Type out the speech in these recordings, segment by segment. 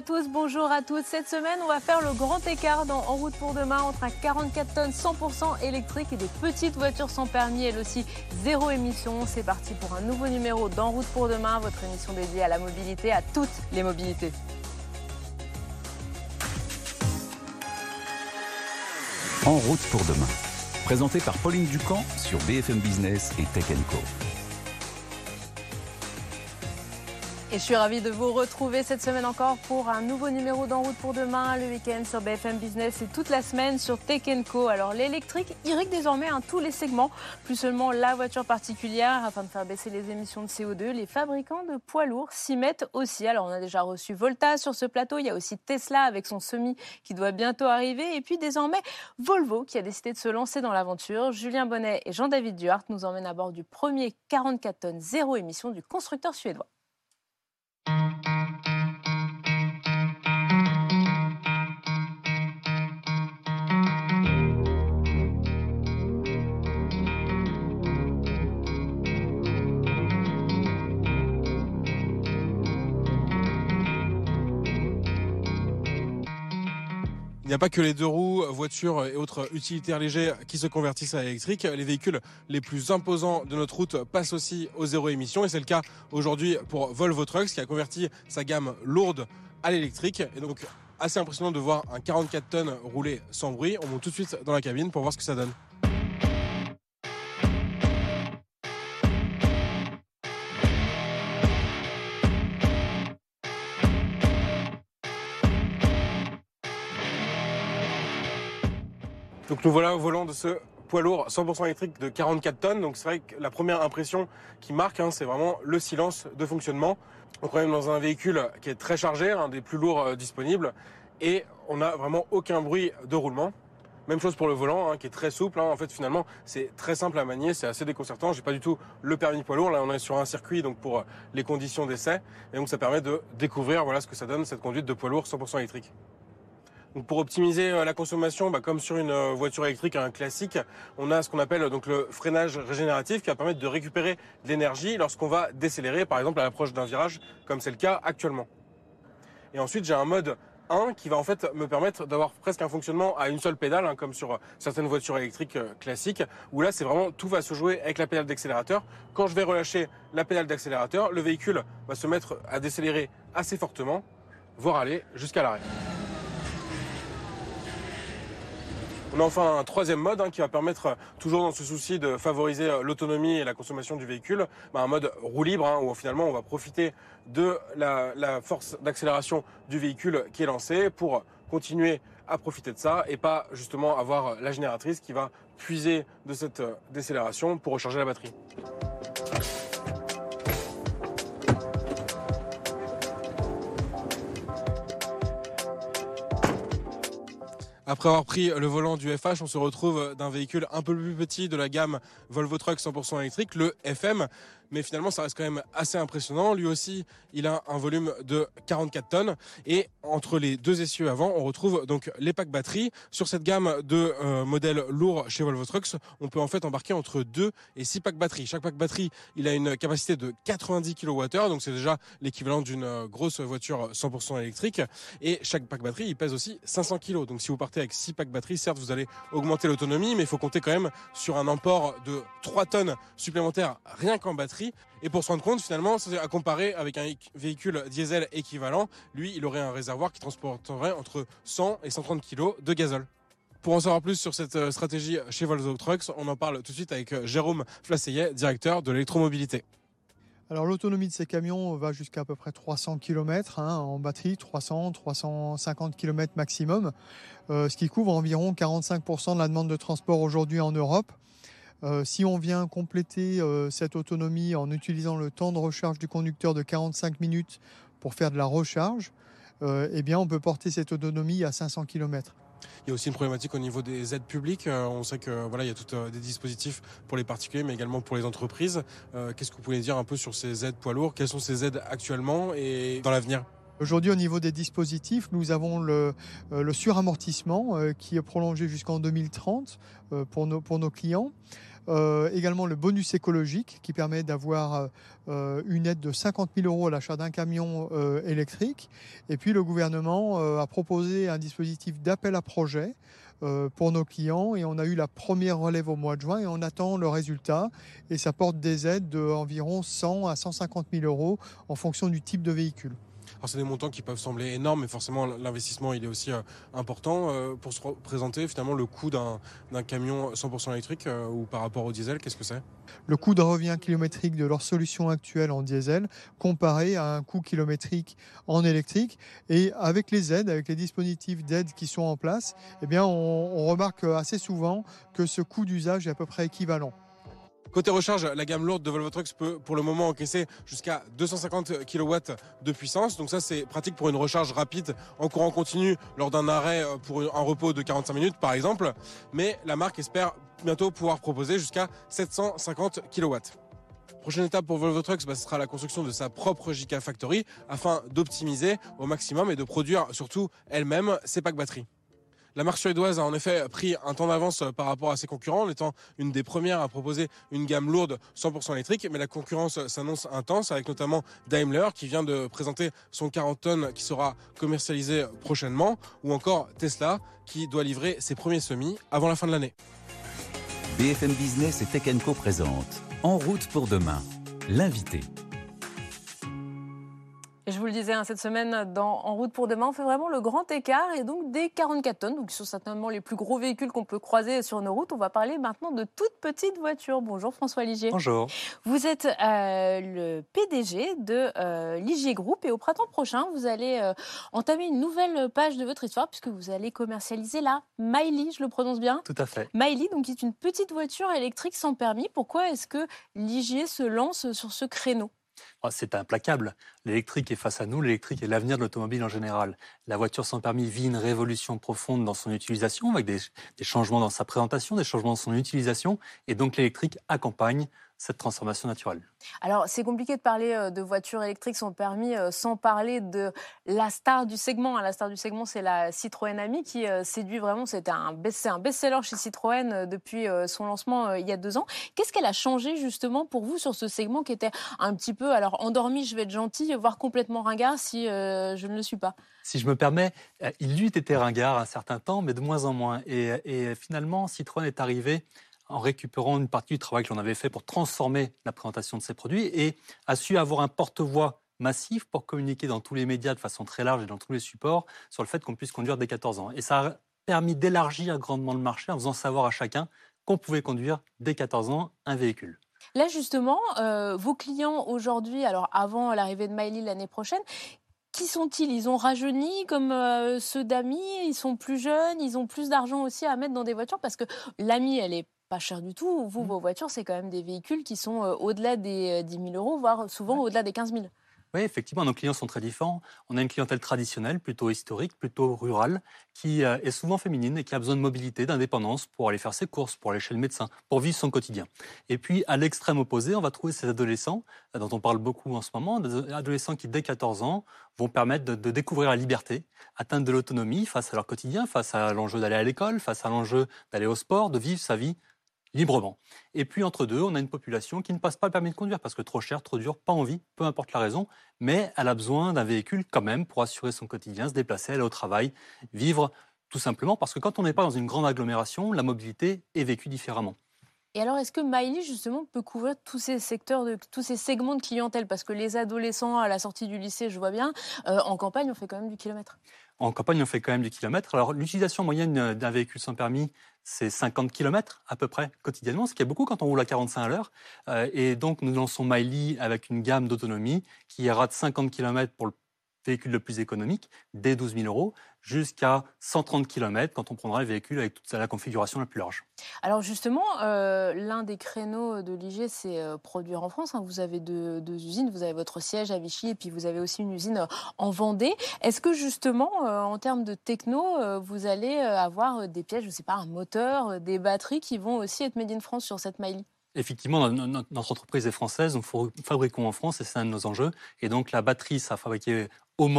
tous, bonjour à toutes. Cette semaine, on va faire le grand écart dans En route pour demain entre un 44 tonnes 100% électrique et des petites voitures sans permis, elles aussi zéro émission. C'est parti pour un nouveau numéro d'En route pour demain, votre émission dédiée à la mobilité, à toutes les mobilités. En route pour demain, présenté par Pauline Ducamp sur BFM Business et Tech & Co. Et je suis ravie de vous retrouver cette semaine encore pour un nouveau numéro d'En route pour demain, le week-end sur BFM Business et toute la semaine sur Tech & Co. Alors l'électrique irrigue désormais tous les segments, plus seulement la voiture particulière. Afin de faire baisser les émissions de CO2, les fabricants de poids lourds s'y mettent aussi. Alors on a déjà reçu Volta sur ce plateau, il y a aussi Tesla avec son Semi qui doit bientôt arriver. Et puis désormais Volvo qui a décidé de se lancer dans l'aventure. Julien Bonnet et Jean-David Duhart nous emmènent à bord du premier 44 tonnes zéro émission du constructeur suédois. Il n'y a pas que les deux roues, voitures et autres utilitaires légers qui se convertissent à l'électrique. Les véhicules les plus imposants de notre route passent aussi au zéro émission. Et c'est le cas aujourd'hui pour Volvo Trucks qui a converti sa gamme lourde à l'électrique. Et donc assez impressionnant de voir un 44 tonnes rouler sans bruit. On monte tout de suite dans la cabine pour voir ce que ça donne. Donc nous voilà au volant de ce poids lourd 100% électrique de 44 tonnes. Donc c'est vrai que la première impression qui marque, c'est vraiment le silence de fonctionnement. On est quand même dans un véhicule qui est très chargé, un des plus lourds disponibles. Et on n'a vraiment aucun bruit de roulement. Même chose pour le volant qui est très souple. En fait finalement c'est très simple à manier, c'est assez déconcertant. J'ai pas du tout le permis poids lourd. Là on est sur un circuit donc pour les conditions d'essai. Et donc ça permet de découvrir ce que ça donne cette conduite de poids lourd 100% électrique. Donc pour optimiser la consommation, comme sur une voiture électrique classique, on a ce qu'on appelle donc le freinage régénératif qui va permettre de récupérer de l'énergie lorsqu'on va décélérer, par exemple à l'approche d'un virage, comme c'est le cas actuellement. Et ensuite, j'ai un mode 1 qui va en fait me permettre d'avoir presque un fonctionnement à une seule pédale, comme sur certaines voitures électriques classiques, où là c'est vraiment tout va se jouer avec la pédale d'accélérateur. Quand je vais relâcher la pédale d'accélérateur, le véhicule va se mettre à décélérer assez fortement, voire aller jusqu'à l'arrêt. On a enfin un troisième mode qui va permettre, toujours dans ce souci de favoriser l'autonomie et la consommation du véhicule, un mode roue libre où finalement on va profiter de la force d'accélération du véhicule qui est lancé pour continuer à profiter de ça et pas justement avoir la génératrice qui va puiser de cette décélération pour recharger la batterie. Après avoir pris le volant du FH, on se retrouve d'un véhicule un peu plus petit de la gamme Volvo Trucks 100% électrique, le FM. Mais finalement, ça reste quand même assez impressionnant. Lui aussi, il a un volume de 44 tonnes. Et entre les deux essieux avant, on retrouve donc les packs batteries. Sur cette gamme de modèles lourds chez Volvo Trucks, on peut en fait embarquer entre 2 et 6 packs batteries. Chaque pack batterie, il a une capacité de 90 kWh. Donc c'est déjà l'équivalent d'une grosse voiture 100% électrique. Et chaque pack batterie, il pèse aussi 500 kg. Donc si vous partez avec 6 packs batteries, certes, vous allez augmenter l'autonomie, mais il faut compter quand même sur un emport de 3 tonnes supplémentaires rien qu'en batterie. Et pour se rendre compte, finalement, c'est à comparer avec un véhicule diesel équivalent. Lui, il aurait un réservoir qui transporterait entre 100 et 130 kg de gazole. Pour en savoir plus sur cette stratégie chez Volvo Trucks, on en parle tout de suite avec Jérôme Flasseillet, directeur de l'électromobilité. Alors l'autonomie de ces camions va jusqu'à peu près 300 km en batterie, 300-350 km maximum, ce qui couvre environ 45% de la demande de transport aujourd'hui en Europe. Si on vient compléter cette autonomie en utilisant le temps de recharge du conducteur de 45 minutes pour faire de la recharge, on peut porter cette autonomie à 500 km. Il y a aussi une problématique au niveau des aides publiques. On sait que il y a tout des dispositifs pour les particuliers, mais également pour les entreprises. Qu'est-ce que vous pouvez dire un peu sur ces aides poids lourds? Quelles sont ces aides actuellement et dans l'avenir? Aujourd'hui, au niveau des dispositifs, nous avons le suramortissement qui est prolongé jusqu'en 2030 pour nos clients. Également le bonus écologique qui permet d'avoir une aide de 50 000 € à l'achat d'un camion électrique. Et puis le gouvernement a proposé un dispositif d'appel à projet pour nos clients et on a eu la première relève au mois de juin et on attend le résultat et ça porte des aides d'environ 100 à 150 000 € en fonction du type de véhicule. Alors c'est des montants qui peuvent sembler énormes, mais forcément l'investissement il est aussi important. Pour se représenter finalement le coût d'un camion 100% électrique ou par rapport au diesel, qu'est-ce que c'est? Le coût de revient kilométrique de leur solution actuelle en diesel comparé à un coût kilométrique en électrique. Et avec les aides, avec les dispositifs d'aide qui sont en place, eh bien on remarque assez souvent que ce coût d'usage est à peu près équivalent. Côté recharge, la gamme lourde de Volvo Trucks peut pour le moment encaisser jusqu'à 250 kW de puissance. Donc ça c'est pratique pour une recharge rapide en courant continu lors d'un arrêt pour un repos de 45 minutes par exemple. Mais la marque espère bientôt pouvoir proposer jusqu'à 750 kW. Prochaine étape pour Volvo Trucks, ce sera la construction de sa propre Gigafactory afin d'optimiser au maximum et de produire surtout elle-même ses packs batteries. La marque suédoise a en effet pris un temps d'avance par rapport à ses concurrents en étant une des premières à proposer une gamme lourde 100% électrique. Mais la concurrence s'annonce intense avec notamment Daimler qui vient de présenter son 40 tonnes qui sera commercialisé prochainement ou encore Tesla qui doit livrer ses premiers semis avant la fin de l'année. BFM Business et Tech & Co présente En route pour demain, l'invité. Et je vous le disais, cette semaine, En route pour demain, on fait vraiment le grand écart et donc des 44 tonnes, donc qui sont certainement les plus gros véhicules qu'on peut croiser sur nos routes. On va parler maintenant de toutes petites voitures. Bonjour François Ligier. Bonjour. Vous êtes le PDG de Ligier Group et au printemps prochain, vous allez entamer une nouvelle page de votre histoire puisque vous allez commercialiser la Miley, je le prononce bien? Tout à fait. Miley, donc, qui est une petite voiture électrique sans permis. Pourquoi est-ce que Ligier se lance sur ce créneau? C'est implacable. L'électrique est face à nous, l'électrique est l'avenir de l'automobile en général. La voiture sans permis vit une révolution profonde dans son utilisation, avec des changements dans sa présentation, des changements dans son utilisation, et donc l'électrique accompagne cette transformation naturelle. Alors, c'est compliqué de parler de voitures électriques sans permis sans parler de la star du segment. La star du segment, c'est la Citroën Ami qui séduit vraiment. C'est un best-seller chez Citroën depuis son lancement il y a 2 ans. Qu'est-ce qu'elle a changé justement pour vous sur ce segment qui était un petit peu, alors endormi, je vais être gentil, voire complètement ringard si je ne le suis pas? Si je me permets, il eût été ringard un certain temps, mais de moins en moins. Et finalement, Citroën est arrivé en récupérant une partie du travail que l'on avait fait pour transformer la présentation de ses produits et a su avoir un porte-voix massif pour communiquer dans tous les médias de façon très large et dans tous les supports sur le fait qu'on puisse conduire dès 14 ans. Et ça a permis d'élargir grandement le marché en faisant savoir à chacun qu'on pouvait conduire dès 14 ans un véhicule. Là, justement, vos clients aujourd'hui, alors avant l'arrivée de Miley l'année prochaine, qui sont-ils? Ils ont rajeuni comme ceux d'Ami? Ils sont plus jeunes? Ils ont plus d'argent aussi à mettre dans des voitures? Parce que l'Ami, elle est pas chère du tout. Vous, vos voitures, c'est quand même des véhicules qui sont au-delà des 10 000 €, voire souvent au-delà des 15 000. Oui, effectivement, nos clients sont très différents. On a une clientèle traditionnelle, plutôt historique, plutôt rurale, qui est souvent féminine et qui a besoin de mobilité, d'indépendance pour aller faire ses courses, pour aller chez le médecin, pour vivre son quotidien. Et puis, à l'extrême opposé, on va trouver ces adolescents, dont on parle beaucoup en ce moment, des adolescents qui, dès 14 ans, vont permettre de découvrir la liberté, atteindre de l'autonomie face à leur quotidien, face à l'enjeu d'aller à l'école, face à l'enjeu d'aller au sport, de vivre sa vie librement. Et puis entre deux, on a une population qui ne passe pas le permis de conduire parce que trop cher, trop dur, pas envie, peu importe la raison, mais elle a besoin d'un véhicule quand même pour assurer son quotidien, se déplacer, aller au travail, vivre tout simplement parce que quand on n'est pas dans une grande agglomération, la mobilité est vécue différemment. Et alors, est-ce que Miley, justement, peut couvrir tous ces secteurs, tous ces segments de clientèle? Parce que les adolescents, à la sortie du lycée, je vois bien, en campagne, on fait quand même du kilomètre. En campagne, on fait quand même du kilomètre. Alors, l'utilisation moyenne d'un véhicule sans permis, c'est 50 km à peu près quotidiennement, ce qui est beaucoup quand on roule à 45 à l'heure. Et donc, nous lançons Miley avec une gamme d'autonomie qui ira de 50 km pour le véhicule le plus économique, dès 12 000 €, jusqu'à 130 km quand on prendra le véhicule avec toute la configuration la plus large. Alors justement, l'un des créneaux de Ligier, c'est produire en France. Vous avez deux usines, vous avez votre siège à Vichy et puis vous avez aussi une usine en Vendée. Est-ce que justement, en termes de techno, vous allez avoir des pièces, je ne sais pas, un moteur, des batteries qui vont aussi être made in France sur cette Miley? Effectivement, notre entreprise est française, nous fabriquons en France et c'est un de nos enjeux. Et donc la batterie sera fabriquée au Mans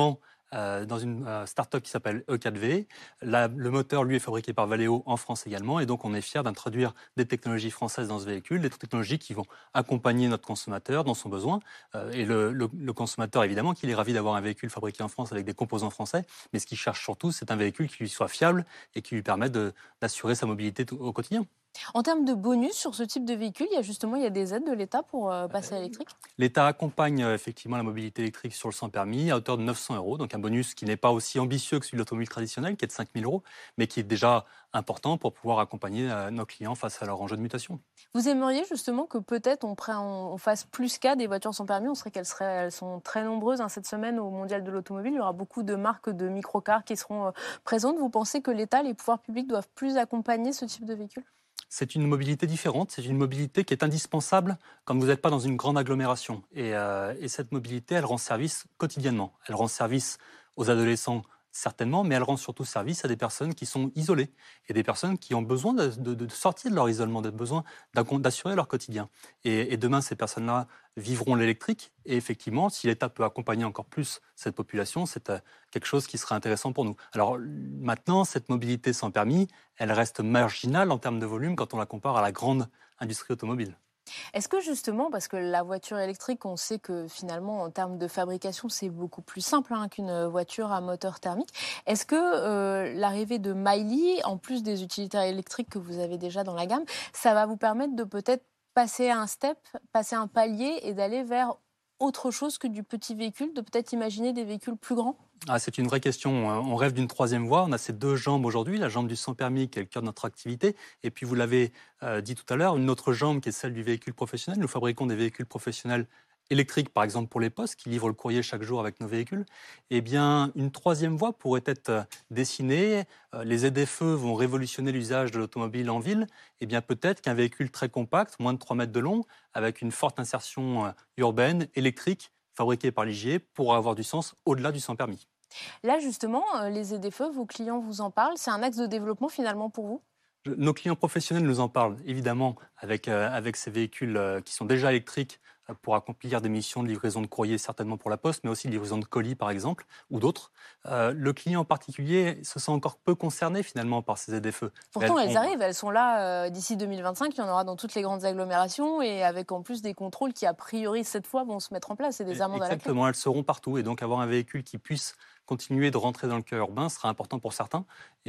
dans une start-up qui s'appelle E4V. Le moteur, lui, est fabriqué par Valeo en France également. Et donc, on est fiers d'introduire des technologies françaises dans ce véhicule, des technologies qui vont accompagner notre consommateur dans son besoin. Et le consommateur, évidemment, qu'il est ravi d'avoir un véhicule fabriqué en France avec des composants français. Mais ce qu'il cherche surtout, c'est un véhicule qui lui soit fiable et qui lui permette d'assurer sa mobilité au quotidien. En termes de bonus sur ce type de véhicule, il y a des aides de l'État pour passer à l'électrique? L'État accompagne effectivement la mobilité électrique sur le sans permis à hauteur de 900 €, donc un bonus qui n'est pas aussi ambitieux que celui de l'automobile traditionnelle, qui est de 5 000 €, mais qui est déjà important pour pouvoir accompagner nos clients face à leur enjeu de mutation. Vous aimeriez justement que peut-être on fasse plus qu'à des voitures sans permis? Elles sont très nombreuses cette semaine au Mondial de l'automobile. Il y aura beaucoup de marques de microcars qui seront présentes. Vous pensez que l'État, les pouvoirs publics doivent plus accompagner ce type de véhicule? C'est une mobilité différente, c'est une mobilité qui est indispensable quand vous n'êtes pas dans une grande agglomération. Et cette mobilité, elle rend service quotidiennement. Elle rend service aux adolescents certainement, mais elle rend surtout service à des personnes qui sont isolées et des personnes qui ont besoin de sortir de leur isolement, de besoin d'assurer leur quotidien. Et demain, ces personnes-là vivront l'électrique. Et effectivement, si l'État peut accompagner encore plus cette population, c'est quelque chose qui serait intéressant pour nous. Alors maintenant, cette mobilité sans permis, elle reste marginale en termes de volume quand on la compare à la grande industrie automobile. Est-ce que justement, parce que la voiture électrique, on sait que finalement, en termes de fabrication, c'est beaucoup plus simple qu'une voiture à moteur thermique. Est-ce que l'arrivée de Miley, en plus des utilitaires électriques que vous avez déjà dans la gamme, ça va vous permettre de peut-être passer un step, passer un palier et d'aller vers autre chose que du petit véhicule, de peut-être imaginer des véhicules plus grands? C'est une vraie question. On rêve d'une troisième voie. On a ces deux jambes aujourd'hui, la jambe du sans permis qui est le cœur de notre activité, et puis vous l'avez dit tout à l'heure, une autre jambe qui est celle du véhicule professionnel. Nous fabriquons des véhicules professionnels électriques, par exemple pour les postes, qui livrent le courrier chaque jour avec nos véhicules. Eh bien, une troisième voie pourrait être dessinée. Les ZFE vont révolutionner l'usage de l'automobile en ville. Eh bien, peut-être qu'un véhicule très compact, moins de 3 mètres de long, avec une forte insertion urbaine, électrique, fabriqué par l'IGE, pourra avoir du sens au-delà du sans permis. Là, justement, les ZFE, vos clients vous en parlent. C'est un axe de développement finalement pour vous? Nos clients professionnels nous en parlent, évidemment, avec ces véhicules qui sont déjà électriques pour accomplir des missions de livraison de courrier, certainement pour la Poste, mais aussi de livraison de colis, par exemple, ou d'autres. Le client en particulier se sent encore peu concerné, finalement, par ces ZFE. Pourtant, elles arrivent, elles sont là d'ici 2025, il y en aura dans toutes les grandes agglomérations, et avec en plus des contrôles qui, a priori, cette fois, vont se mettre en place, et des amendes à la clé. Exactement, elles seront partout, et donc avoir un véhicule qui puisse continuer de rentrer dans le cœur urbain sera important pour certains,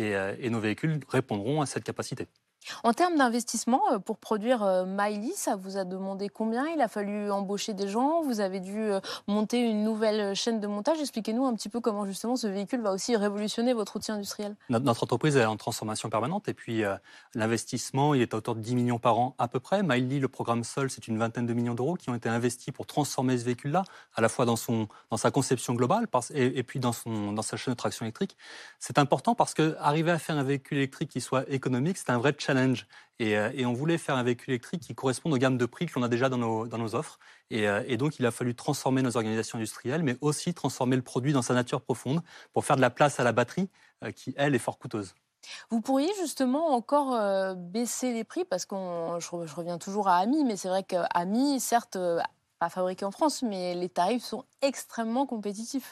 et nos véhicules répondront à cette capacité. En termes d'investissement, pour produire Miley, ça vous a demandé combien? Il a fallu embaucher des gens? Vous avez dû monter une nouvelle chaîne de montage? Expliquez-nous un petit peu comment justement ce véhicule va aussi révolutionner votre outil industriel. Notre entreprise est en transformation permanente et puis l'investissement, il est à hauteur de 10 millions par an à peu près. Miley, le programme seul, c'est une vingtaine de millions d'euros qui ont été investis pour transformer ce véhicule-là, à la fois dans sa conception globale et puis dans sa chaîne de traction électrique. C'est important parce qu'arriver à faire un véhicule électrique qui soit économique, c'est un vrai challenge. Et on voulait faire un véhicule électrique qui corresponde aux gammes de prix que l'on a déjà dans nos offres. Et donc, il a fallu transformer nos organisations industrielles, mais aussi transformer le produit dans sa nature profonde pour faire de la place à la batterie qui, elle, est fort coûteuse. Vous pourriez justement encore baisser les prix, parce que je reviens toujours à Ami, mais c'est vrai qu'Ami, certes, pas fabriqué en France, mais les tarifs sont extrêmement compétitifs.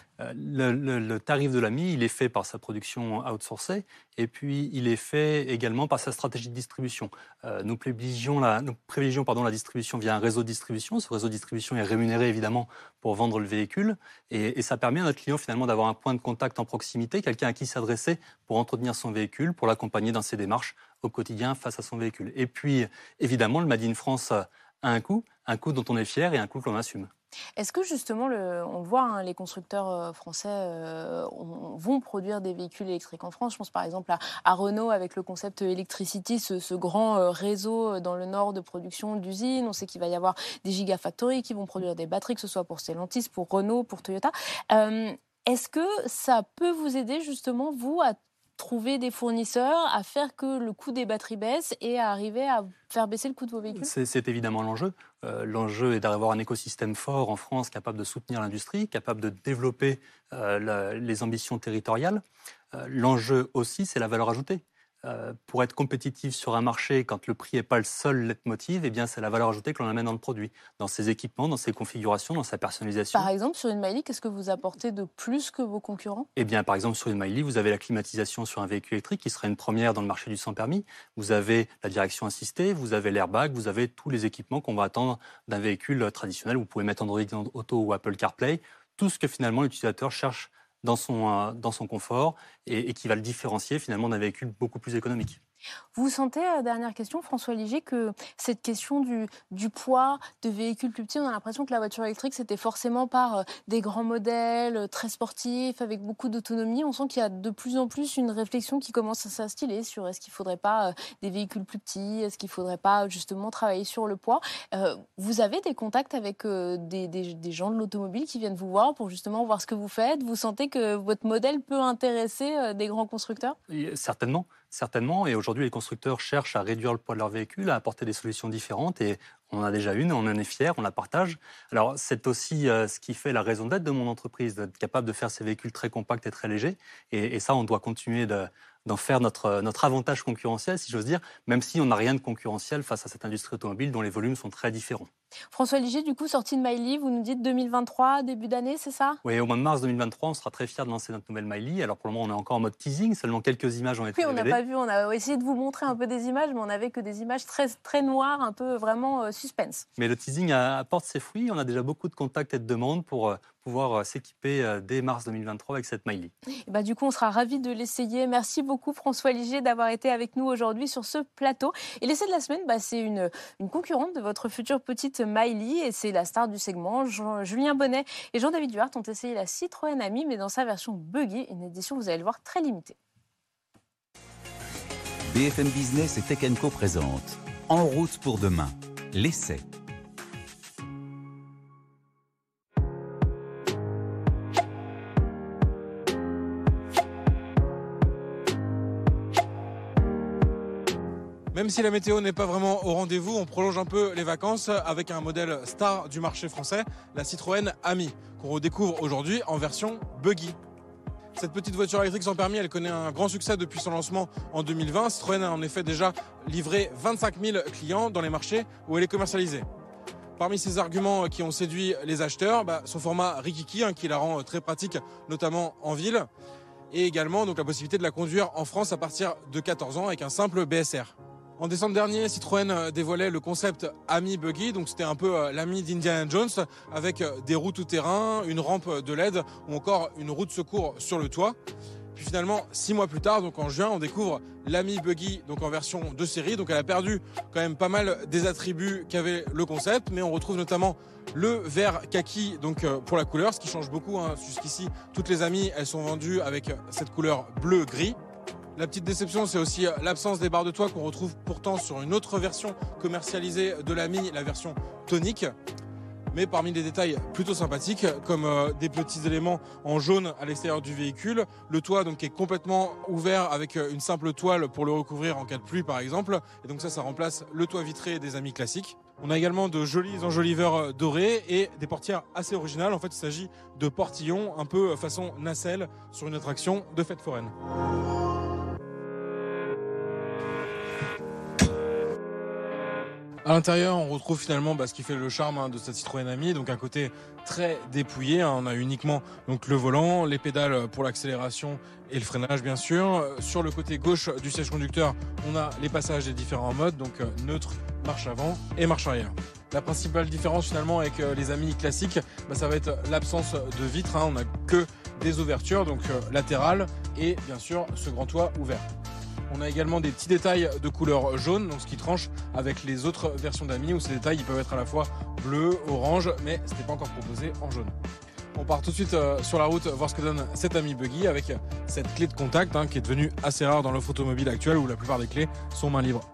Le tarif de l'AMI, il est fait par sa production outsourcée et puis il est fait également par sa stratégie de distribution. Nous privilégions la distribution via un réseau de distribution. Ce réseau de distribution est rémunéré évidemment pour vendre le véhicule et ça permet à notre client finalement d'avoir un point de contact en proximité, quelqu'un à qui s'adresser pour entretenir son véhicule, pour l'accompagner dans ses démarches au quotidien face à son véhicule. Et puis évidemment, le Made in France a un coût dont on est fier et un coût que l'on assume. Est-ce que justement, on le voit, les constructeurs français vont produire des véhicules électriques en France? Je pense par exemple à Renault avec le concept Electricity, ce grand réseau dans le nord de production d'usines. On sait qu'il va y avoir des gigafactories qui vont produire des batteries, que ce soit pour Stellantis, pour Renault, pour Toyota. Est-ce que ça peut vous aider justement, vous, à trouver des fournisseurs, à faire que le coût des batteries baisse et à arriver à faire baisser le coût de vos véhicules? C'est évidemment l'enjeu. L'enjeu est d'avoir un écosystème fort en France capable de soutenir l'industrie, capable de développer les ambitions territoriales. L'enjeu aussi, c'est la valeur ajoutée. pour être compétitif sur un marché, quand le prix n'est pas le seul leitmotiv, eh bien, c'est la valeur ajoutée que l'on amène dans le produit, dans ses équipements, dans ses configurations, dans sa personnalisation. Par exemple, sur une Miley, qu'est-ce que vous apportez de plus que vos concurrents? Eh bien, par exemple, sur une Miley, vous avez la climatisation sur un véhicule électrique qui sera une première dans le marché du sans permis. Vous avez la direction assistée, vous avez l'airbag, vous avez tous les équipements qu'on va attendre d'un véhicule traditionnel. Vous pouvez mettre Android Auto ou Apple CarPlay, tout ce que finalement l'utilisateur cherche dans son confort et qui va le différencier finalement d'un véhicule beaucoup plus économique. Vous sentez, dernière question, François Ligier, que cette question du poids de véhicules plus petits, on a l'impression que la voiture électrique, c'était forcément par des grands modèles, très sportifs, avec beaucoup d'autonomie. On sent qu'il y a de plus en plus une réflexion qui commence à s'instiller sur est-ce qu'il ne faudrait pas des véhicules plus petits, est-ce qu'il ne faudrait pas justement travailler sur le poids. Vous avez des contacts avec des gens de l'automobile qui viennent vous voir pour justement voir ce que vous faites? Vous sentez que votre modèle peut intéresser des grands constructeurs? Certainement, et aujourd'hui les constructeurs cherchent à réduire le poids de leur véhicule, à apporter des solutions différentes, et on en a déjà une, on en est fiers, on la partage. Alors c'est aussi ce qui fait la raison d'être de mon entreprise, d'être capable de faire ces véhicules très compacts et très légers, et ça on doit continuer d'en faire notre avantage concurrentiel, si j'ose dire, même si on n'a rien de concurrentiel face à cette industrie automobile dont les volumes sont très différents. François Ligier, du coup, sortie de Miley, vous nous dites 2023, début d'année, c'est ça? Oui, au mois de mars 2023, on sera très fiers de lancer notre nouvelle Miley. Alors pour le moment, on est encore en mode teasing, seulement quelques images ont été révélées. Oui, on n'a pas vu, on a essayé de vous montrer un peu des images, mais on n'avait que des images très, très noires, un peu vraiment suspense. Mais le teasing apporte ses fruits, on a déjà beaucoup de contacts et de demandes pour pouvoir s'équiper dès mars 2023 avec cette Miley. Et du coup, on sera ravis de l'essayer. Merci beaucoup François Ligier d'avoir été avec nous aujourd'hui sur ce plateau. Et l'essai de la semaine, c'est une concurrente de votre future petite Miley, et c'est la star du segment. Julien Bonnet et Jean-David Duhart ont essayé la Citroën Ami, mais dans sa version buggy, une édition, vous allez le voir, très limitée. BFM Business et Tech & Co présente En route pour demain, l'essai. Même si la météo n'est pas vraiment au rendez-vous, on prolonge un peu les vacances avec un modèle star du marché français, la Citroën Ami, qu'on redécouvre aujourd'hui en version buggy. Cette petite voiture électrique sans permis, elle connaît un grand succès depuis son lancement en 2020. Citroën a en effet déjà livré 25 000 clients dans les marchés où elle est commercialisée. Parmi ces arguments qui ont séduit les acheteurs, son format rikiki qui la rend très pratique, notamment en ville, et également donc la possibilité de la conduire en France à partir de 14 ans avec un simple BSR. En décembre dernier, Citroën dévoilait le concept Ami Buggy, donc c'était un peu l'ami d'Indiana Jones, avec des roues tout-terrain, une rampe de LED ou encore une roue de secours sur le toit. Puis finalement, 6 mois plus tard, donc en juin, on découvre l'Ami Buggy donc en version de série. Donc elle a perdu quand même pas mal des attributs qu'avait le concept, mais on retrouve notamment le vert kaki donc pour la couleur, ce qui change beaucoup. Jusqu'ici, toutes les Ami, elles sont vendues avec cette couleur bleu-gris. La petite déception, c'est aussi l'absence des barres de toit qu'on retrouve pourtant sur une autre version commercialisée de l'Ami, la version tonique. Mais parmi les détails plutôt sympathiques, comme des petits éléments en jaune à l'extérieur du véhicule, le toit donc est complètement ouvert avec une simple toile pour le recouvrir en cas de pluie par exemple. Et donc ça remplace le toit vitré des Ami classiques. On a également de jolis enjoliveurs dorés et des portières assez originales. En fait, il s'agit de portillons un peu façon nacelle sur une attraction de fête foraine. À l'intérieur, on retrouve finalement ce qui fait le charme de cette Citroën Ami, donc un côté très dépouillé. On a uniquement donc le volant, les pédales pour l'accélération et le freinage bien sûr. Sur le côté gauche du siège conducteur, on a les passages des différents modes, donc neutre, marche avant et marche arrière. La principale différence finalement avec les Ami classiques, ça va être l'absence de vitres. On n'a que des ouvertures, donc latérales et bien sûr ce grand toit ouvert. On a également des petits détails de couleur jaune, donc ce qui tranche avec les autres versions d'Ami où ces détails ils peuvent être à la fois bleu, orange, mais ce n'est pas encore proposé en jaune. On part tout de suite sur la route voir ce que donne cette Ami Buggy avec cette clé de contact qui est devenue assez rare dans l'offre automobile actuelle où la plupart des clés sont main libre.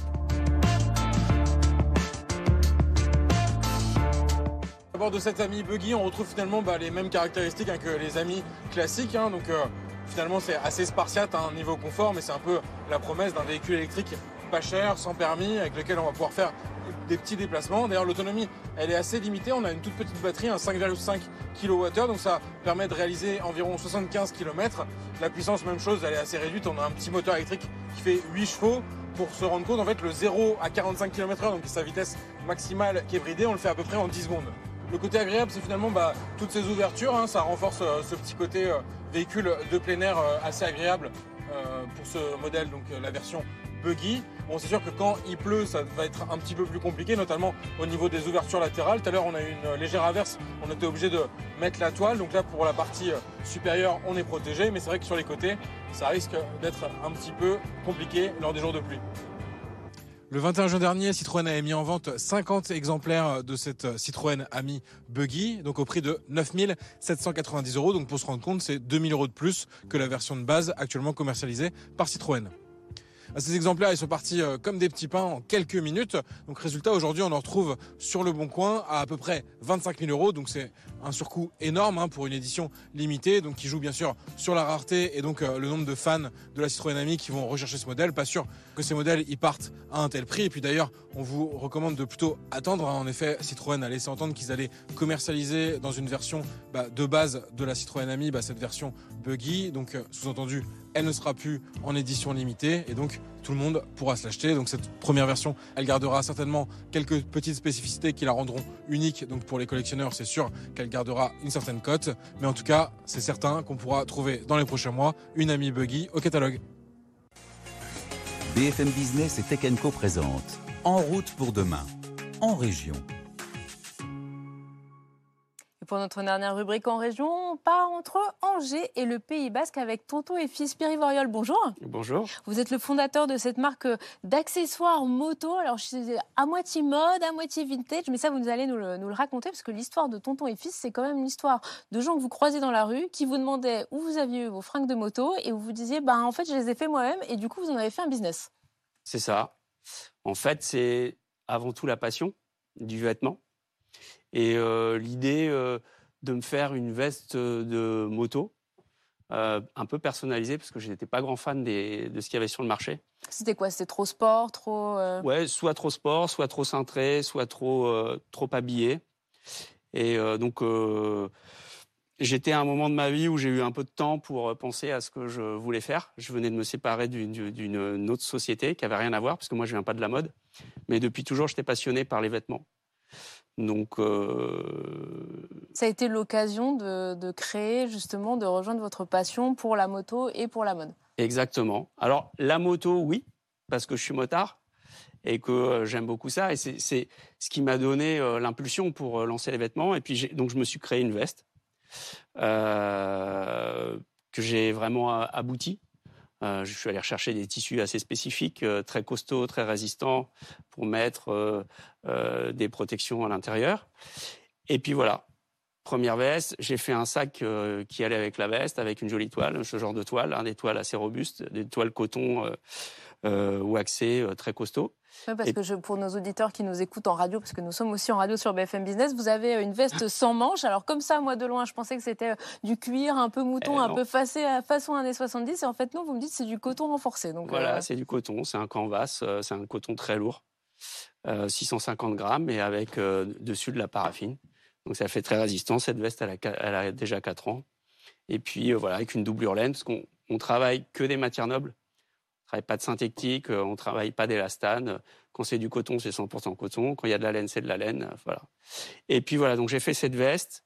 À bord de cette Ami Buggy, on retrouve finalement les mêmes caractéristiques que les Ami classiques. Finalement, c'est assez spartiate niveau confort, mais c'est un peu la promesse d'un véhicule électrique pas cher, sans permis, avec lequel on va pouvoir faire des petits déplacements. D'ailleurs, l'autonomie, elle est assez limitée. On a une toute petite batterie, un 5,5 kWh, donc ça permet de réaliser environ 75 km. La puissance, même chose, elle est assez réduite. On a un petit moteur électrique qui fait 8 chevaux. Pour se rendre compte, en fait, le 0 à 45 km/h, donc sa vitesse maximale qui est bridée, on le fait à peu près en 10 secondes. Le côté agréable, c'est finalement toutes ces ouvertures, hein, ça renforce ce petit côté véhicule de plein air assez agréable pour ce modèle, donc la version buggy. Bon, c'est sûr que quand il pleut, ça va être un petit peu plus compliqué, notamment au niveau des ouvertures latérales. Tout à l'heure, on a eu une légère averse, on était obligé de mettre la toile. Donc là, pour la partie supérieure, on est protégé, mais c'est vrai que sur les côtés, ça risque d'être un petit peu compliqué lors des jours de pluie. Le 21 juin dernier, Citroën a mis en vente 50 exemplaires de cette Citroën Ami Buggy, donc au prix de 9 790 €. Donc pour se rendre compte, c'est 2 000 € de plus que la version de base actuellement commercialisée par Citroën. Ces exemplaires, ils sont partis comme des petits pains en quelques minutes. Donc résultat, aujourd'hui, on en retrouve sur le Bon Coin à peu près 25 000 €. Donc c'est un surcoût énorme pour une édition limitée, donc qui joue bien sûr sur la rareté et donc le nombre de fans de la Citroën Ami qui vont rechercher ce modèle. Pas sûr que ces modèles ils partent à un tel prix. Et puis d'ailleurs, on vous recommande de plutôt attendre. En effet, Citroën a laissé entendre qu'ils allaient commercialiser dans une version de base de la Citroën Ami cette version buggy. Donc sous-entendu, elle ne sera plus en édition limitée et donc tout le monde pourra se l'acheter. Donc cette première version, elle gardera certainement quelques petites spécificités qui la rendront unique. Donc pour les collectionneurs, c'est sûr qu'elle gardera une certaine cote. Mais en tout cas, c'est certain qu'on pourra trouver dans les prochains mois une Ami Buggy au catalogue. BFM Business et Tech & Co présente En route pour demain, en région. Et pour notre dernière rubrique en région, on part entre Angers et le Pays Basque avec Tonton et Fils Pierre Ivoriol. Bonjour. Bonjour. Vous êtes le fondateur de cette marque d'accessoires moto. Alors, je suis à moitié mode, à moitié vintage, mais ça, vous allez nous le raconter parce que l'histoire de Tonton et Fils, c'est quand même une histoire de gens que vous croisez dans la rue, qui vous demandaient où vous aviez eu vos fringues de moto et où vous disiez, en fait, je les ai fait moi-même et du coup, vous en avez fait un business. C'est ça. En fait, c'est avant tout la passion du vêtement. Et l'idée de me faire une veste de moto un peu personnalisée, parce que je n'étais pas grand fan de ce qu'il y avait sur le marché. C'était quoi? C'était trop sport, trop... Ouais, soit trop sport, soit trop cintré, soit trop habillé. Et donc, j'étais à un moment de ma vie où j'ai eu un peu de temps pour penser à ce que je voulais faire. Je venais de me séparer d'une autre société qui n'avait rien à voir, parce que moi, je ne viens pas de la mode. Mais depuis toujours, j'étais passionné par les vêtements. Donc, ça a été l'occasion de créer, justement, de rejoindre votre passion pour la moto et pour la mode. Exactement. Alors, la moto, oui, parce que je suis motard et que j'aime beaucoup ça. Et c'est ce qui m'a donné l'impulsion pour lancer les vêtements. Et puis, donc, je me suis créé une veste que j'ai vraiment aboutie. Je suis allé rechercher des tissus assez spécifiques, très costauds, très résistants, pour mettre des protections à l'intérieur. Et puis voilà, première veste, j'ai fait un sac qui allait avec la veste, avec une jolie toile, ce genre de toile, des toiles assez robustes, des toiles coton waxées, très costauds. Oui, parce que pour nos auditeurs qui nous écoutent en radio, parce que nous sommes aussi en radio sur BFM Business, vous avez une veste sans manches. Alors comme ça, moi de loin, je pensais que c'était du cuir, un peu mouton, un peu façon années 70. Et en fait, non, vous me dites que c'est du coton renforcé. Donc, voilà, c'est du coton, c'est un canvas, c'est un coton très lourd, 650 grammes, et avec dessus de la paraffine. Donc ça fait très résistant. Cette veste, elle a déjà 4 ans. Et puis voilà, avec une doublure laine, parce qu'on travaille que des matières nobles. On ne travaille pas de synthétique, on ne travaille pas d'élastane. Quand c'est du coton, c'est 100% coton. Quand il y a de la laine, c'est de la laine. Voilà. Et puis voilà, donc j'ai fait cette veste.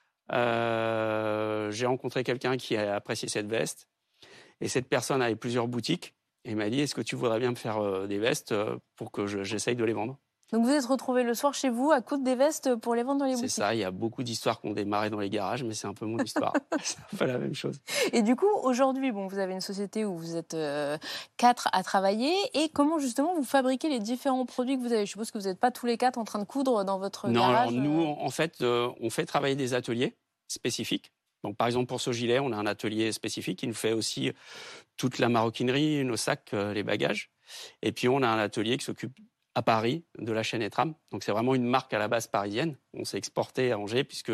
J'ai rencontré quelqu'un qui a apprécié cette veste. Et cette personne avait plusieurs boutiques. Et il m'a dit, est-ce que tu voudrais bien me faire des vestes pour que j'essaye de les vendre? Donc vous êtes retrouvé le soir chez vous à coudre des vestes pour les vendre dans les boutiques. C'est ça, il y a beaucoup d'histoires qui ont démarré dans les garages, mais c'est un peu mon histoire. C'est pas la même chose. Et du coup, aujourd'hui, vous avez une société où vous êtes 4 à travailler. Et comment justement vous fabriquez les différents produits que vous avez? Je suppose que vous n'êtes pas tous les 4 en train de coudre dans votre garage. Non, alors nous, en fait, on fait travailler des ateliers spécifiques. Donc, par exemple, pour ce gilet, on a un atelier spécifique qui nous fait aussi toute la maroquinerie, nos sacs, les bagages. Et puis, on a un atelier qui s'occupe à Paris de la chaîne Etram. Donc, c'est vraiment une marque à la base parisienne. On s'est exporté à Angers puisque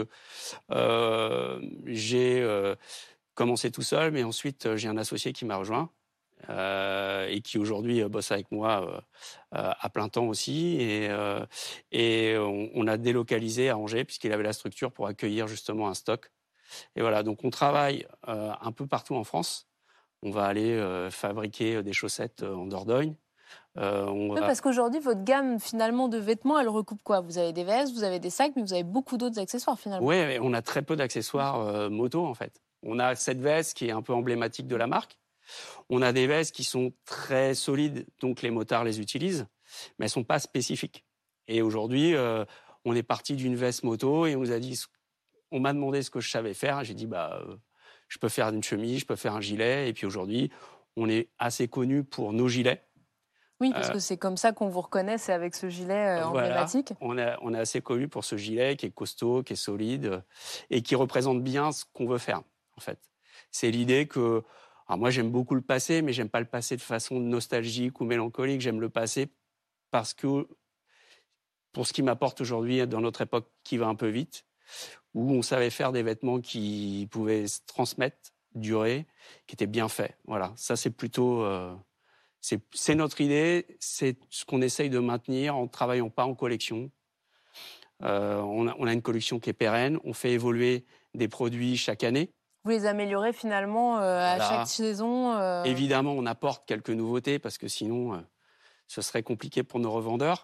j'ai commencé tout seul, mais ensuite, j'ai un associé qui m'a rejoint. et qui aujourd'hui bosse avec moi à plein temps aussi. Et on a délocalisé à Angers puisqu'il avait la structure pour accueillir justement un stock. Et voilà, donc on travaille un peu partout en France. On va aller fabriquer des chaussettes en Dordogne. Parce qu'aujourd'hui, votre gamme finalement de vêtements, elle recoupe quoi? Vous avez des vestes, vous avez des sacs, mais vous avez beaucoup d'autres accessoires finalement. Oui, on a très peu d'accessoires moto en fait. On a cette veste qui est un peu emblématique de la marque. On a des vestes qui sont très solides, donc les motards les utilisent, mais elles ne sont pas spécifiques. Et aujourd'hui, on est parti d'une veste moto et on m'a demandé ce que je savais faire. J'ai dit, je peux faire une chemise, je peux faire un gilet. Et puis aujourd'hui, on est assez connu pour nos gilets. Oui, parce que c'est comme ça qu'on vous reconnaît, c'est avec ce gilet emblématique. On est assez connu pour ce gilet qui est costaud, qui est solide et qui représente bien ce qu'on veut faire, en fait. C'est l'idée que... Alors moi, j'aime beaucoup le passé, mais j'aime pas le passé de façon nostalgique ou mélancolique. J'aime le passé parce que pour ce qui m'apporte aujourd'hui dans notre époque qui va un peu vite, où on savait faire des vêtements qui pouvaient se transmettre, durer, qui étaient bien faits. Voilà, ça c'est plutôt... C'est notre idée, c'est ce qu'on essaye de maintenir en ne travaillant pas en collection. On a une collection qui est pérenne, on fait évoluer des produits chaque année. Vous les améliorez finalement à chaque saison Évidemment, on apporte quelques nouveautés parce que sinon, ce serait compliqué pour nos revendeurs.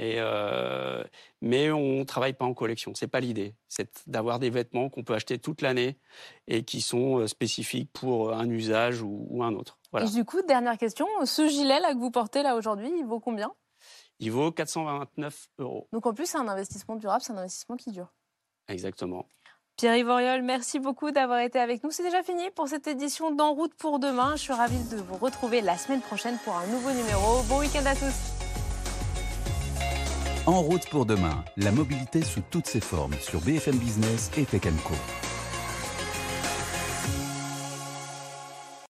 Mais on ne travaille pas en collection, ce n'est pas l'idée. C'est d'avoir des vêtements qu'on peut acheter toute l'année et qui sont spécifiques pour un usage ou un autre. Voilà. Et du coup, dernière question, ce gilet-là que vous portez là aujourd'hui, il vaut combien? Il vaut 429 €. Donc en plus, c'est un investissement durable, c'est un investissement qui dure. Exactement. Pierre-Yves Auriol, merci beaucoup d'avoir été avec nous. C'est déjà fini pour cette édition d'En route pour demain. Je suis ravie de vous retrouver la semaine prochaine pour un nouveau numéro. Bon week-end à tous. En route pour demain, la mobilité sous toutes ses formes sur BFM Business et Tech & Co.